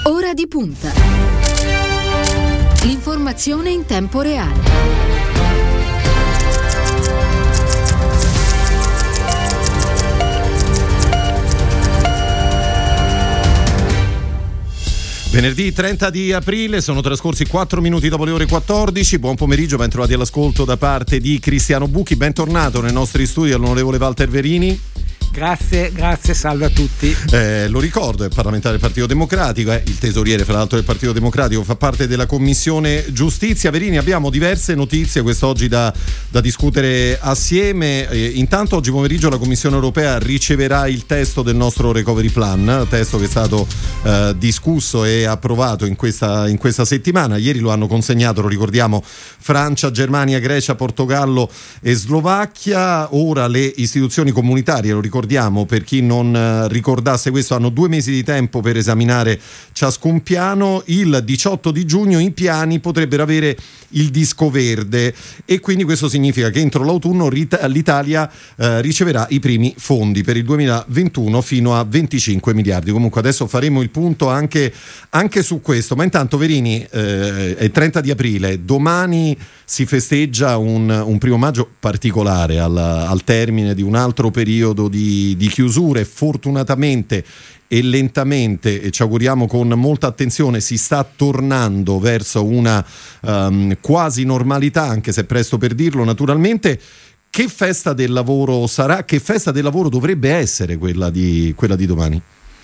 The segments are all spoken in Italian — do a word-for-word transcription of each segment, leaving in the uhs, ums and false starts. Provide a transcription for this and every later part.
Ora di punta. L'informazione in tempo reale. Venerdì trenta di aprile, sono trascorsi quattro minuti dopo le ore quattordici. Buon pomeriggio, ben trovati all'ascolto da parte di Cristiano Bucchi. Bentornato nei nostri studi all'onorevole Walter Verini. Grazie, grazie, salve a tutti. Eh, lo ricordo, è parlamentare del Partito Democratico, è il tesoriere fra l'altro del Partito Democratico, fa parte della Commissione Giustizia. Verini, abbiamo diverse notizie quest'oggi da, da discutere assieme. Eh, intanto oggi pomeriggio la Commissione Europea riceverà il testo del nostro Recovery Plan, testo che è stato eh, discusso e approvato in questa, in questa settimana. Ieri lo hanno consegnato, lo ricordiamo, Francia, Germania, Grecia, Portogallo e Slovacchia. Ora le istituzioni comunitarie, lo ricordiamo per chi non ricordasse questo, hanno due mesi di tempo per esaminare ciascun piano. Il diciotto di giugno i piani potrebbero avere il disco verde e quindi questo significa che entro l'autunno l'Italia eh, riceverà i primi fondi per il duemilaventuno fino a venticinque miliardi. Comunque adesso faremo il punto anche, anche su questo, ma intanto Verini, eh, è il trenta di aprile, domani si festeggia un, un primo maggio particolare al, al termine di un altro periodo di, di chiusure. Fortunatamente e lentamente, e ci auguriamo con molta attenzione, si sta tornando verso una um, quasi normalità, anche se è presto per dirlo naturalmente. Che festa del lavoro sarà? Che festa del lavoro dovrebbe essere quella di, quella di domani?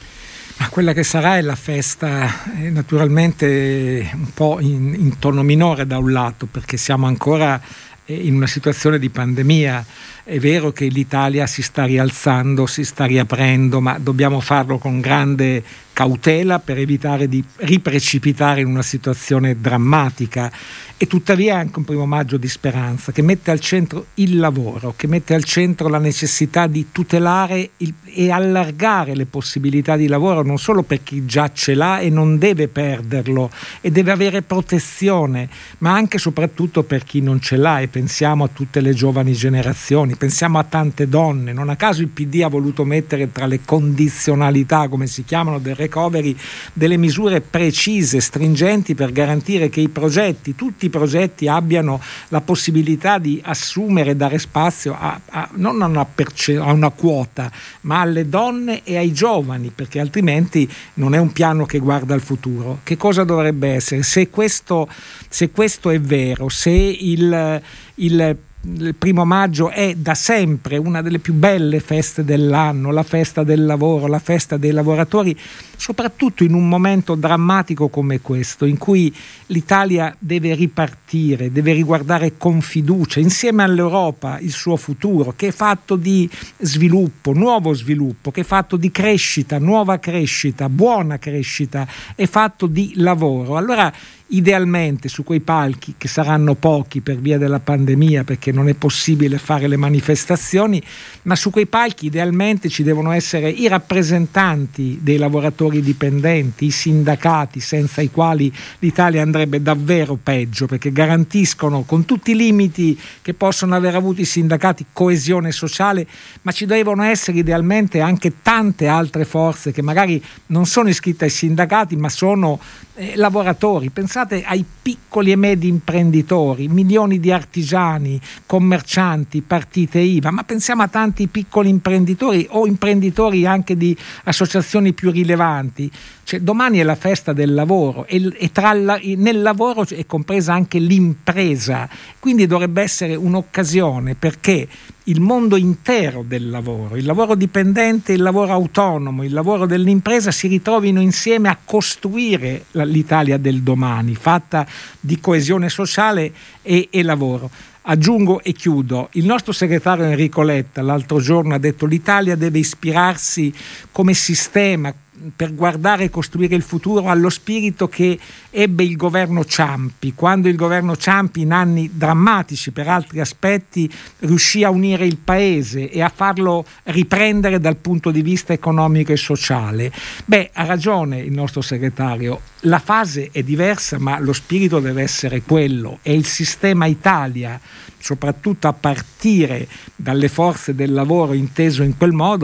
Ma quella che sarà è la festa eh, naturalmente un po' in, in tono minore da un lato, perché siamo ancora eh, in una situazione di pandemia. È vero che l'Italia si sta rialzando, si sta riaprendo, ma dobbiamo farlo con grande cautela per evitare di riprecipitare in una situazione drammatica. E tuttavia è anche un primo maggio di speranza che mette al centro il lavoro, che mette al centro la necessità di tutelare il, e allargare le possibilità di lavoro non solo per chi già ce l'ha e non deve perderlo e deve avere protezione, ma anche e soprattutto per chi non ce l'ha. E pensiamo a tutte le giovani generazioni, pensiamo a tante donne. Non a caso il P D ha voluto mettere tra le condizionalità, come si chiamano, del recovery, delle misure precise, stringenti per garantire che i progetti, tutti i progetti abbiano la possibilità di assumere e dare spazio a, a, non a una, perce- a una quota, ma alle donne e ai giovani, perché altrimenti non è un piano che guarda al futuro. Che cosa dovrebbe essere? Se questo, se questo è vero, se il, il il primo maggio è da sempre una delle più belle feste dell'anno, la festa del lavoro, la festa dei lavoratori, soprattutto in un momento drammatico come questo, in cui l'Italia deve ripartire, deve riguardare con fiducia insieme all'Europa il suo futuro, che è fatto di sviluppo, nuovo sviluppo, che è fatto di crescita, nuova crescita, buona crescita, è fatto di lavoro. Allora idealmente su quei palchi, che saranno pochi per via della pandemia, perché non è possibile fare le manifestazioni, ma su quei palchi idealmente ci devono essere i rappresentanti dei lavoratori dipendenti, i sindacati, senza i quali l'Italia andrebbe davvero peggio, perché garantiscono, con tutti i limiti che possono aver avuto i sindacati, coesione sociale, ma ci devono essere idealmente anche tante altre forze che magari non sono iscritte ai sindacati ma sono eh, lavoratori. Pensate ai piccoli e medi imprenditori, milioni di artigiani, commercianti, partite I V A, ma pensiamo a tanti piccoli imprenditori o imprenditori anche di associazioni più rilevanti. Cioè, domani è la festa del lavoro e, e tra la, nel lavoro è compresa anche l'impresa, quindi dovrebbe essere un'occasione perché il mondo intero del lavoro, il lavoro dipendente, il lavoro autonomo, il lavoro dell'impresa si ritrovino insieme a costruire l'Italia del domani, fatta di coesione sociale e, e lavoro. Aggiungo e chiudo, il nostro segretario Enrico Letta l'altro giorno ha detto: l'Italia deve ispirarsi come sistema per guardare e costruire il futuro allo spirito che ebbe il governo Ciampi, quando il governo Ciampi, in anni drammatici per altri aspetti, riuscì a unire il paese e a farlo riprendere dal punto di vista economico e sociale. Beh, ha ragione il nostro segretario, la fase è diversa ma lo spirito deve essere quello, e il sistema Italia, soprattutto a partire dalle forze del lavoro inteso in quel modo,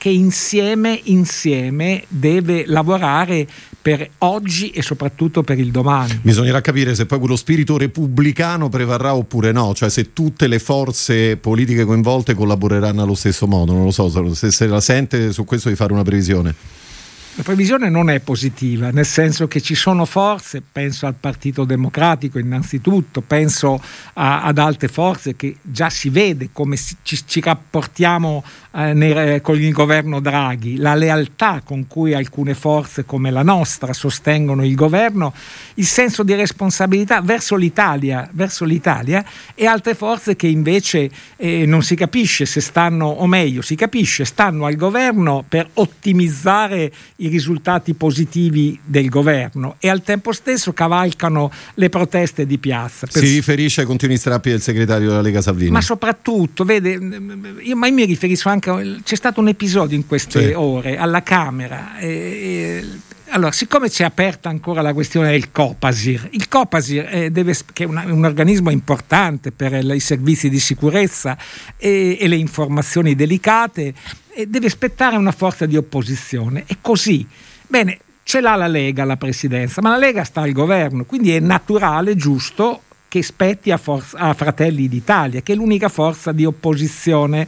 che insieme, insieme deve lavorare per oggi e soprattutto per il domani. Bisognerà capire se poi quello spirito repubblicano prevarrà oppure no, cioè se tutte le forze politiche coinvolte collaboreranno allo stesso modo. Non lo so se, se la sente su questo di fare una previsione. La previsione non è positiva, nel senso che ci sono forze, penso al Partito Democratico innanzitutto, penso a, ad altre forze che già si vede come si, ci, ci rapportiamo eh, nei, con il governo Draghi, la lealtà con cui alcune forze come la nostra sostengono il governo, il senso di responsabilità verso l'Italia, verso l'Italia e altre forze che invece eh, non si capisce se stanno, o meglio si capisce, stanno al governo per ottimizzare i risultati positivi del governo e al tempo stesso cavalcano le proteste di piazza. Si riferisce ai continui strappi del segretario della Lega Salvini. Ma soprattutto, vede, io, ma io mi riferisco anche, c'è stato un episodio in queste sì. ore alla Camera. E, e, allora, siccome c'è aperta ancora la questione del Copasir, il Copasir eh, deve, che è una, un organismo importante per il, i servizi di sicurezza e, e le informazioni delicate, e deve aspettare una forza di opposizione. E così, bene, ce l'ha la Lega la presidenza, ma la Lega sta al governo, quindi è naturale, giusto che spetti a, forza, a Fratelli d'Italia, che è l'unica forza di opposizione.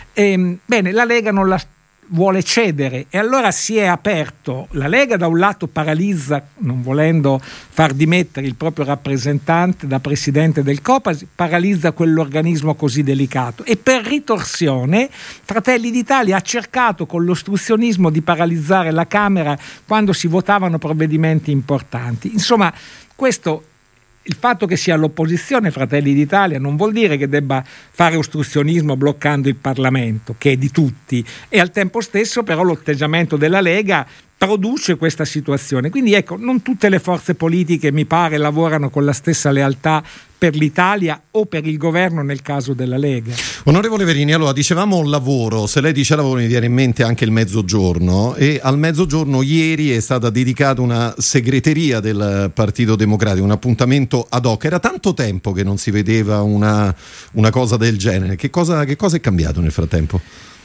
E, bene, la Lega non la vuole cedere e allora si è aperto. La Lega da un lato paralizza, non volendo far dimettere il proprio rappresentante da presidente del Copasir, paralizza quell'organismo così delicato e per ritorsione Fratelli d'Italia ha cercato con l'ostruzionismo di paralizzare la Camera quando si votavano provvedimenti importanti. Insomma, questo, il fatto che sia all'opposizione Fratelli d'Italia non vuol dire che debba fare ostruzionismo bloccando il Parlamento, che è di tutti, e al tempo stesso però l'atteggiamento della Lega produce questa situazione. Quindi ecco, non tutte le forze politiche mi pare lavorano con la stessa lealtà per l'Italia o per il governo nel caso della Lega. Onorevole Verini, allora dicevamo lavoro, se lei dice lavoro mi viene in mente anche il mezzogiorno, e al mezzogiorno ieri è stata dedicata una segreteria del Partito Democratico, un appuntamento ad hoc. Era tanto tempo che non si vedeva una, una cosa del genere. Che cosa, che cosa è cambiato nel frattempo?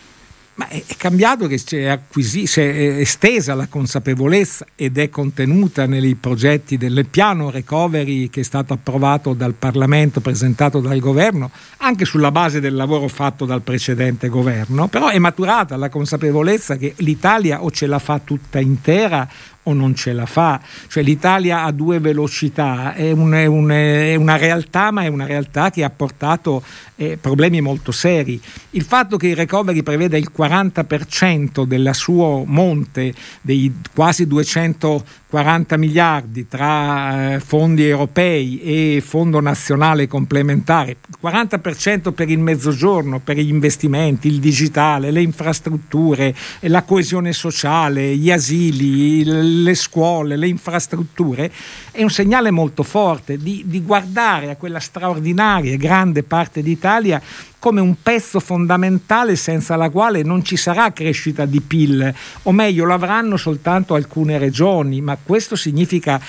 Ma è cambiato che si è, acquisi, si è estesa la consapevolezza ed è contenuta nei progetti del piano recovery che è stato approvato dal Parlamento, presentato dal governo, anche sulla base del lavoro fatto dal precedente governo, però è maturata la consapevolezza che l'Italia o ce la fa tutta intera o non ce la fa, cioè l'Italia ha due velocità, è, un, è, un, è una realtà, ma è una realtà che ha portato eh, problemi molto seri. Il fatto che il recovery preveda il quaranta per cento del suo monte, dei quasi duecentoquaranta miliardi tra eh, fondi europei e fondo nazionale complementare, il quaranta per cento per il mezzogiorno, per gli investimenti, il digitale, le infrastrutture, la coesione sociale, gli asili, il le scuole, le infrastrutture, è un segnale molto forte di, di guardare a quella straordinaria e grande parte d'Italia come un pezzo fondamentale senza la quale non ci sarà crescita di P I L, o meglio lo avranno soltanto alcune regioni, ma questo significa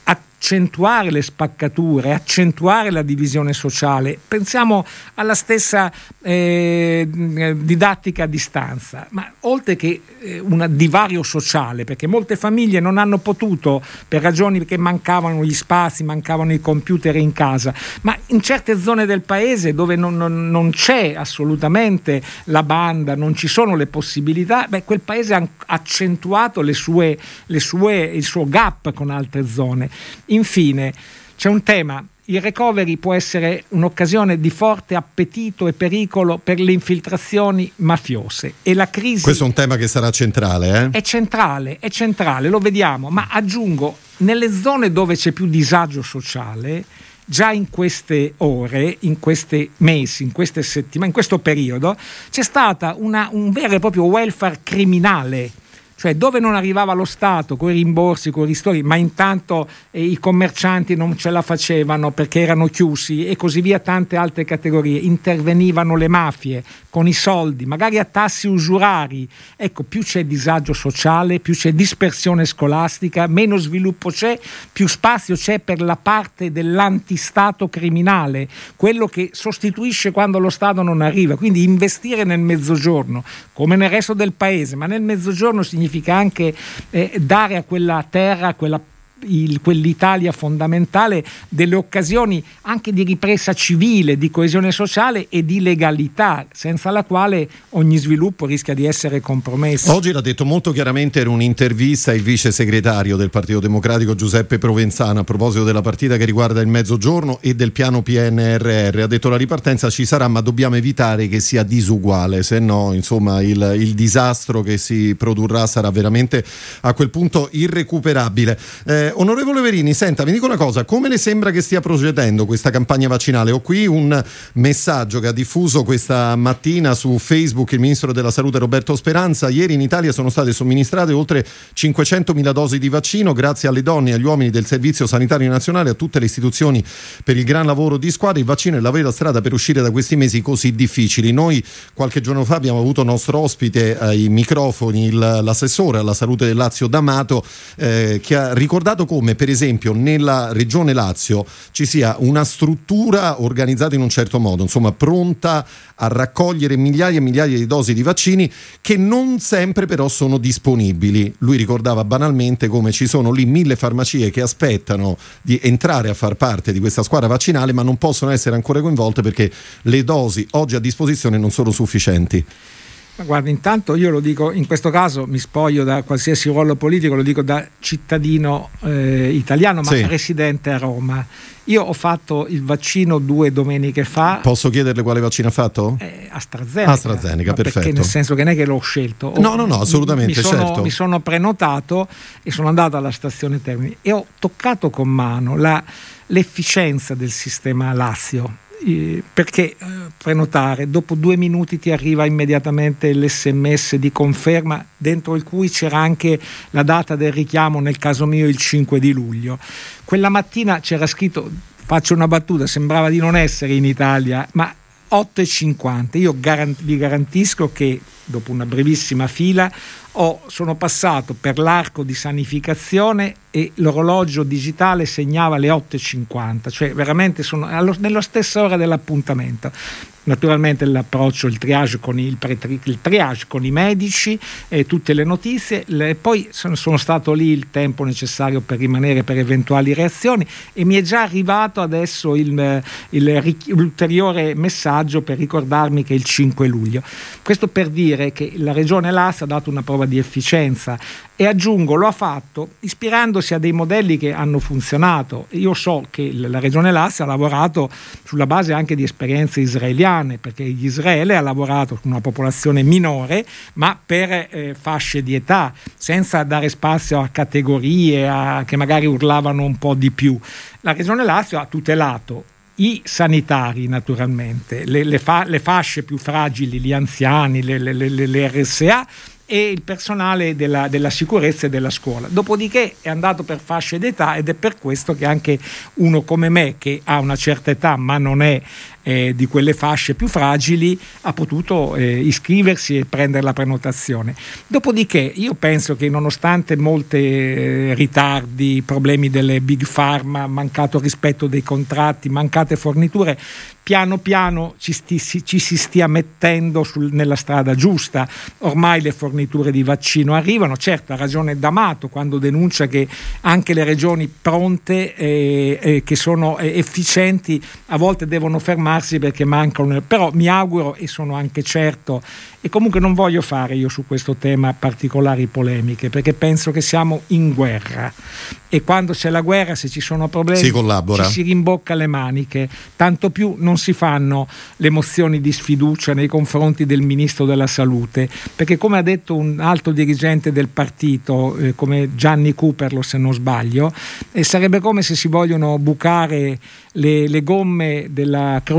accentuare le spaccature, accentuare la divisione sociale. Pensiamo alla stessa eh, didattica a distanza, ma oltre che eh, un divario sociale, perché molte famiglie non hanno potuto, per ragioni perché mancavano gli spazi, mancavano i computer in casa, ma in certe zone del paese dove non, non, non c'è assolutamente la banda, non ci sono le possibilità, beh, quel paese ha accentuato le sue, le sue, il suo gap con altre zone. Infine, c'è un tema: il recovery può essere un'occasione di forte appetito e pericolo per le infiltrazioni mafiose e la crisi. Questo è un tema che sarà centrale, eh? È centrale, è centrale, lo vediamo, ma aggiungo, nelle zone dove c'è più disagio sociale, già in queste ore, in questi mesi, in queste settimane, in questo periodo, c'è stata una, un vero e proprio welfare criminale. cioè dove non arrivava lo Stato con i rimborsi, con i ristori, ma intanto eh, i commercianti non ce la facevano perché erano chiusi e così via, tante altre categorie, intervenivano le mafie con i soldi, magari a tassi usurari. Ecco, più c'è disagio sociale, più c'è dispersione scolastica, meno sviluppo c'è, più spazio c'è per la parte dell'antistato criminale, quello che sostituisce quando lo Stato non arriva. Quindi investire nel mezzogiorno come nel resto del paese, ma nel mezzogiorno significa anche eh, dare a quella terra, a quella Il, quell'Italia fondamentale, delle occasioni anche di ripresa civile, di coesione sociale e di legalità, senza la quale ogni sviluppo rischia di essere compromesso. Oggi l'ha detto molto chiaramente in un'intervista il vice segretario del Partito Democratico Giuseppe Provenzano a proposito della partita che riguarda il mezzogiorno e del piano P N R R. Ha detto: la ripartenza ci sarà, ma dobbiamo evitare che sia disuguale, se no insomma il, il disastro che si produrrà sarà veramente a quel punto irrecuperabile. Eh, Onorevole Verini, senta, mi dica una cosa, come le sembra che stia procedendo questa campagna vaccinale? Ho qui un messaggio che ha diffuso questa mattina su Facebook il ministro della Salute Roberto Speranza. Ieri in Italia sono state somministrate oltre cinquecentomila dosi di vaccino grazie alle donne e agli uomini del Servizio Sanitario Nazionale, a tutte le istituzioni per il gran lavoro di squadra. Il vaccino è la vera strada per uscire da questi mesi così difficili. Noi qualche giorno fa abbiamo avuto nostro ospite ai microfoni il, l'assessore alla salute del Lazio D'Amato, eh, che ha ricordato come per esempio nella regione Lazio ci sia una struttura organizzata in un certo modo, insomma pronta a raccogliere migliaia e migliaia di dosi di vaccini che non sempre però sono disponibili. Lui ricordava banalmente come ci sono lì mille farmacie che aspettano di entrare a far parte di questa squadra vaccinale, ma non possono essere ancora coinvolte perché le dosi oggi a disposizione non sono sufficienti. Guarda, intanto io lo dico, in questo caso mi spoglio da qualsiasi ruolo politico, lo dico da cittadino eh, italiano, ma sì, residente a Roma. Io ho fatto il vaccino due domeniche fa. Posso chiederle quale vaccino ha fatto? Eh, AstraZeneca. AstraZeneca, perfetto. Perché nel senso che non è che l'ho scelto. Ho, no, no, no, assolutamente, mi sono, certo. Mi sono prenotato e sono andato alla stazione Termini e ho toccato con mano la, l'efficienza del sistema Lazio. Perché eh, prenotare, dopo due minuti ti arriva immediatamente l'esse emme esse di conferma, dentro il cui c'era anche la data del richiamo, nel caso mio il cinque di luglio. Quella mattina c'era scritto, faccio una battuta, sembrava di non essere in Italia, ma otto e cinquanta. Io garant- vi garantisco che dopo una brevissima fila ho, sono passato per l'arco di sanificazione e l'orologio digitale segnava le otto e cinquanta, cioè veramente sono allo, nella stessa ora dell'appuntamento. Naturalmente l'approccio, il triage con il, pre, il triage con i medici, eh, tutte le notizie, le, poi sono, sono stato lì il tempo necessario per rimanere per eventuali reazioni e mi è già arrivato adesso il, il, l'ulteriore messaggio per ricordarmi che è il cinque luglio. Questo per dire che la Regione Lazio ha dato una prova di efficienza e aggiungo, lo ha fatto ispirandosi a dei modelli che hanno funzionato. Io so che la Regione Lazio ha lavorato sulla base anche di esperienze israeliane, perché Israele ha lavorato su una popolazione minore ma per eh, fasce di età, senza dare spazio a categorie a, che magari urlavano un po' di più. La Regione Lazio ha tutelato i sanitari, naturalmente, le, le, fa, le fasce più fragili, gli anziani, le, le, le, le erre esse a e il personale della, della sicurezza e della scuola. Dopodiché è andato per fasce d'età ed è per questo che anche uno come me, che ha una certa età ma non è eh, di quelle fasce più fragili, ha potuto eh, iscriversi e prendere la prenotazione. Dopodiché io penso che nonostante molti eh, ritardi, problemi delle big pharma, mancato rispetto dei contratti, mancate forniture, piano piano ci, sti, ci si stia mettendo sul, nella strada giusta. Ormai le forniture di vaccino arrivano. Certo, ha ragione D'Amato quando denuncia che anche le regioni pronte eh, eh, che sono eh, efficienti a volte devono fermarsi perché mancano, però mi auguro e sono anche certo, e comunque non voglio fare io su questo tema particolari polemiche, perché penso che siamo in guerra e quando c'è la guerra, se ci sono problemi, si collabora, ci si rimbocca le maniche, tanto più non si fanno le mozioni di sfiducia nei confronti del ministro della salute, perché come ha detto un alto dirigente del partito eh, come Gianni Cooperlo, se non sbaglio, eh, sarebbe come se si vogliono bucare le, le gomme della crociera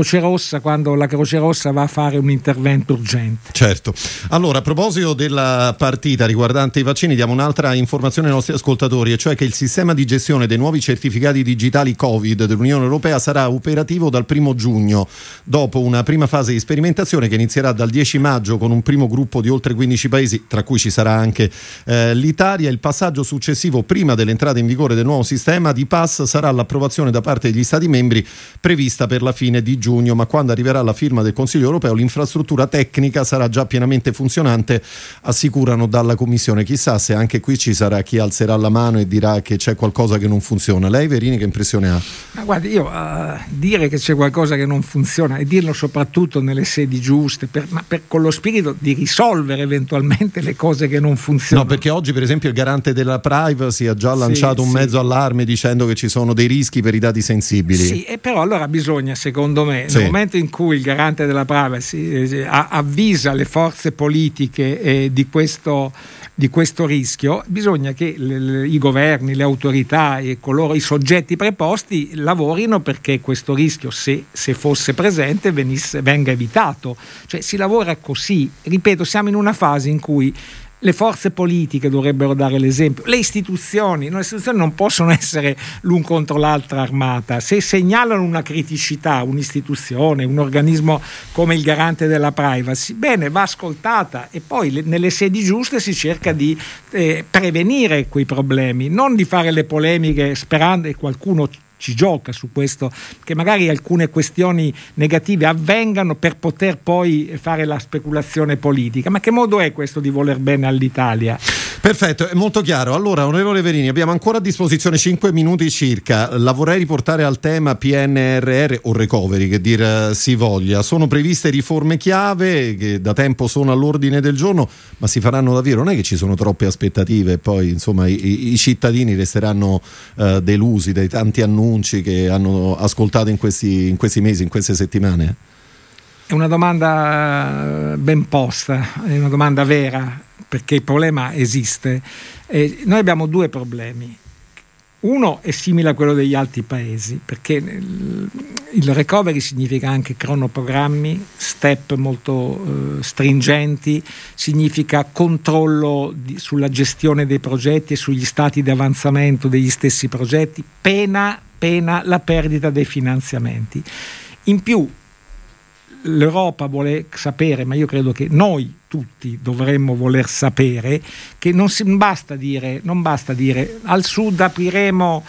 Croce Rossa quando la Croce Rossa va a fare un intervento urgente. Certo. Allora, a proposito della partita riguardante i vaccini, diamo un'altra informazione ai nostri ascoltatori, e cioè che il sistema di gestione dei nuovi certificati digitali Covid dell'Unione Europea sarà operativo dal primo giugno, dopo una prima fase di sperimentazione che inizierà dal dieci maggio con un primo gruppo di oltre quindici paesi, tra cui ci sarà anche eh, l'Italia. Il passaggio successivo, prima dell'entrata in vigore del nuovo sistema di pass, sarà l'approvazione da parte degli Stati membri, prevista per la fine di giugno, ma quando arriverà la firma del Consiglio europeo l'infrastruttura tecnica sarà già pienamente funzionante, assicurano dalla Commissione. Chissà se anche qui ci sarà chi alzerà la mano e dirà che c'è qualcosa che non funziona. Lei, Verini, che impressione ha? Ma guardi, io uh, dire che c'è qualcosa che non funziona e dirlo soprattutto nelle sedi giuste, per, ma per, con lo spirito di risolvere eventualmente le cose che non funzionano. No, perché oggi per esempio il garante della privacy ha già lanciato sì, un sì. mezzo allarme dicendo che ci sono dei rischi per i dati sensibili. Sì, e però allora bisogna, secondo me, sì. nel momento in cui il garante della privacy eh, avvisa le forze politiche eh, di questo di questo rischio, bisogna che le, le, i governi, le autorità e coloro, i soggetti preposti lavorino perché questo rischio, se, se fosse presente, venisse, venga evitato. Cioè si lavora così, ripeto, siamo in una fase in cui le forze politiche dovrebbero dare l'esempio, le istituzioni, no, le istituzioni non possono essere l'un contro l'altra armata. Se segnalano una criticità, un'istituzione, un organismo come il garante della privacy, bene, va ascoltata e poi le, nelle sedi giuste si cerca di eh, prevenire quei problemi, non di fare le polemiche sperando che qualcuno ci gioca su questo, che magari alcune questioni negative avvengano per poter poi fare la speculazione politica. Ma che modo è questo di voler bene all'Italia? Perfetto, è molto chiaro. Allora, onorevole Verini, abbiamo ancora a disposizione cinque minuti circa. La vorrei riportare al tema P N R R o recovery, che dir si voglia. Sono previste riforme chiave che da tempo sono all'ordine del giorno, ma si faranno davvero? Non è che ci sono troppe aspettative e poi insomma i, i cittadini resteranno uh, delusi dai tanti annunci che hanno ascoltato in questi, in questi mesi, in queste settimane? È una domanda ben posta, è una domanda vera, perché il problema esiste. E noi abbiamo due problemi. Uno è simile a quello degli altri paesi, perché il recovery significa anche cronoprogrammi, step molto eh, stringenti, significa controllo di, sulla gestione dei progetti e sugli stati di avanzamento degli stessi progetti, pena, pena la perdita dei finanziamenti. In più l'Europa vuole sapere, ma io credo che noi tutti dovremmo voler sapere, che non si basta dire, non basta dire al sud apriremo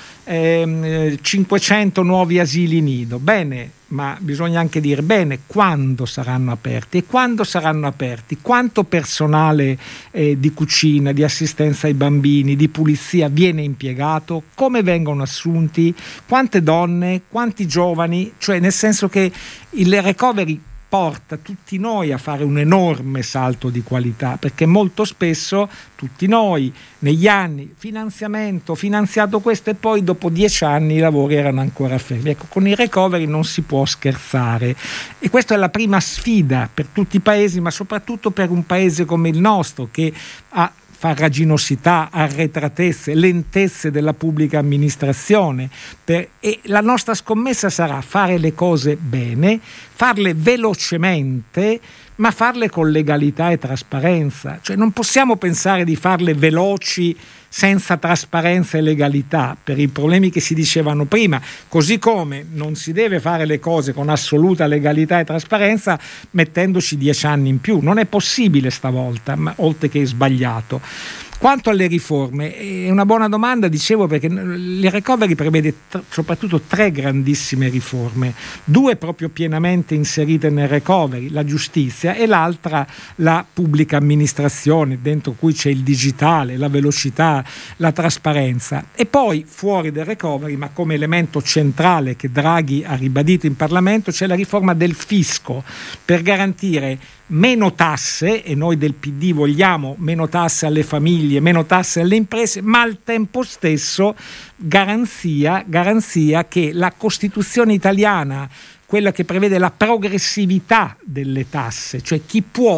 eh, cinquecento nuovi asili nido. Bene, ma bisogna anche dire bene quando saranno aperti e quando saranno aperti, quanto personale eh, di cucina, di assistenza ai bambini, di pulizia viene impiegato, come vengono assunti, quante donne, quanti giovani, cioè nel senso che il recovery porta tutti noi a fare un enorme salto di qualità, perché molto spesso tutti noi negli anni finanziamento, finanziato questo e poi dopo dieci anni i lavori erano ancora fermi. Ecco, con il recovery non si può scherzare e questa è la prima sfida per tutti i paesi, ma soprattutto per un paese come il nostro che ha farraginosità, arretratezze, lentezze della pubblica amministrazione per, e la nostra scommessa sarà fare le cose bene, farle velocemente, ma farle con legalità e trasparenza. Cioè non possiamo pensare di farle veloci senza trasparenza e legalità per i problemi che si dicevano prima, così come non si deve fare le cose con assoluta legalità e trasparenza mettendoci dieci anni in più. Non è possibile stavolta, ma oltre che sbagliato. Quanto alle riforme, è una buona domanda, dicevo, perché il recovery prevede t- soprattutto tre grandissime riforme, due proprio pienamente inserite nel recovery, la giustizia, e l'altra la pubblica amministrazione, dentro cui c'è il digitale, la velocità, la trasparenza. E poi fuori del recovery, ma come elemento centrale che Draghi ha ribadito in Parlamento, c'è la riforma del fisco per garantire meno tasse, e noi del P D vogliamo meno tasse alle famiglie, meno tasse alle imprese, ma al tempo stesso garanzia, garanzia che la Costituzione italiana, quella che prevede la progressività delle tasse, cioè chi può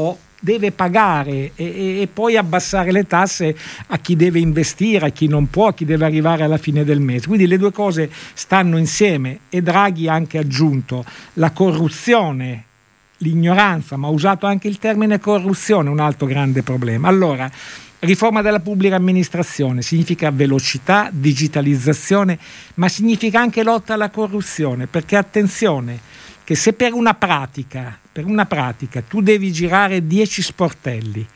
deve pagare e, e poi abbassare le tasse a chi deve investire, a chi non può, a chi deve arrivare alla fine del mese. Quindi le due cose stanno insieme, e Draghi ha anche aggiunto la corruzione, l'ignoranza, ma ha usato anche il termine corruzione, un altro grande problema. Allora, riforma della pubblica amministrazione significa velocità, digitalizzazione, ma significa anche lotta alla corruzione, perché attenzione che se per una pratica, per una pratica tu devi girare dieci sportelli,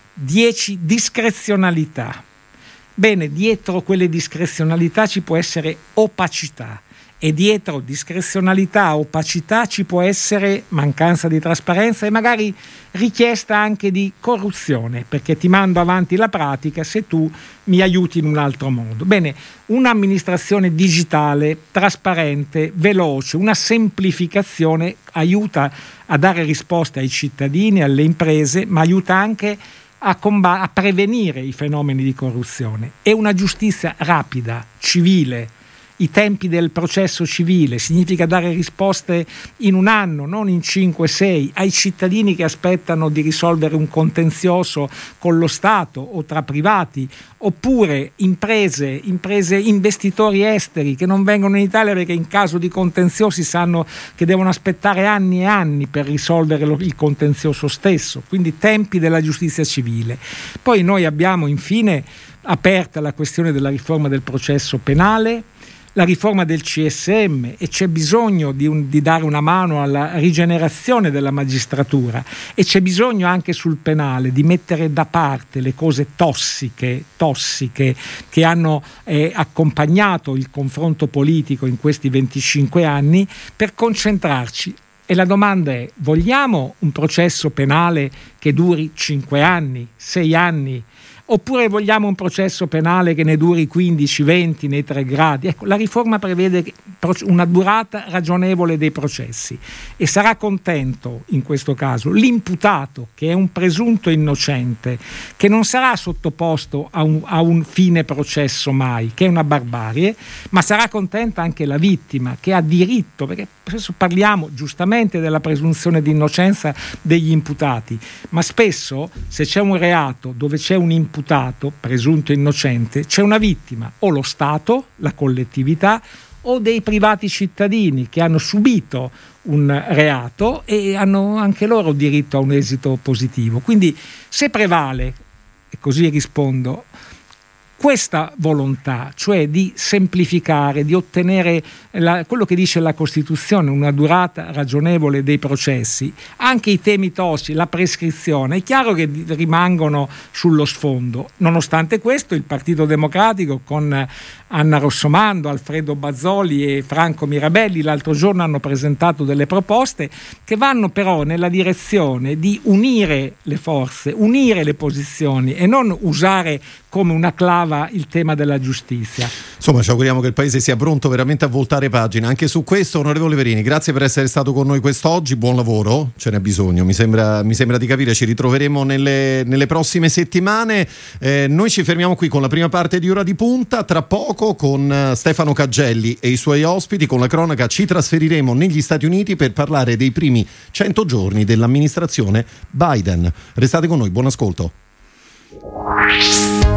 dieci discrezionalità, bene, dietro quelle discrezionalità ci può essere opacità, e dietro discrezionalità, opacità ci può essere mancanza di trasparenza e magari richiesta anche di corruzione, perché ti mando avanti la pratica se tu mi aiuti in un altro modo. Bene, un'amministrazione digitale, trasparente, veloce, una semplificazione aiuta a dare risposte ai cittadini, alle imprese, ma aiuta anche a, comb- a prevenire i fenomeni di corruzione. E una giustizia rapida, civile. I tempi del processo civile significa dare risposte in un anno, non in cinque sei, ai cittadini che aspettano di risolvere un contenzioso con lo Stato o tra privati, oppure imprese, imprese investitori esteri che non vengono in Italia perché in caso di contenziosi sanno che devono aspettare anni e anni per risolvere lo, il contenzioso stesso, quindi tempi della giustizia civile. Poi noi abbiamo infine aperta la questione della riforma del processo penale, la riforma del C S M, e c'è bisogno di, un, di dare una mano alla rigenerazione della magistratura, e c'è bisogno anche sul penale di mettere da parte le cose tossiche, tossiche che hanno eh, accompagnato il confronto politico in questi venticinque anni, per concentrarci. E la domanda è: vogliamo un processo penale che duri cinque anni, sei anni? Oppure vogliamo un processo penale che ne duri quindici venti nei tre gradi? Ecco, la riforma prevede una durata ragionevole dei processi, e sarà contento in questo caso l'imputato, che è un presunto innocente, che non sarà sottoposto a un, a un fine processo mai, che è una barbarie, ma sarà contenta anche la vittima, che ha diritto, perché spesso parliamo giustamente della presunzione di innocenza degli imputati, ma spesso se c'è un reato dove c'è un imputato presunto innocente, c'è una vittima, o lo Stato, la collettività, o dei privati cittadini che hanno subito un reato e hanno anche loro diritto a un esito positivo. Quindi se prevale, e così rispondo, questa volontà, cioè di semplificare, di ottenere la, quello che dice la Costituzione, una durata ragionevole dei processi, anche i temi tossici, la prescrizione, è chiaro che rimangono sullo sfondo. Nonostante questo, il Partito Democratico con Anna Rossomando, Alfredo Bazzoli e Franco Mirabelli l'altro giorno hanno presentato delle proposte che vanno però nella direzione di unire le forze, unire le posizioni e non usare come una clava il tema della giustizia. Insomma, ci auguriamo che il Paese sia pronto veramente a voltare pagina anche su questo. Onorevole Verini, grazie per essere stato con noi quest'oggi, buon lavoro, ce n'è bisogno, mi sembra, mi sembra di capire. Ci ritroveremo nelle, nelle prossime settimane. Eh, noi ci fermiamo qui con la prima parte di Ora di Punta. Tra poco con Stefano Caggelli e i suoi ospiti, con la cronaca, ci trasferiremo negli Stati Uniti per parlare dei primi cento giorni dell'amministrazione Biden. Restate con noi, buon ascolto.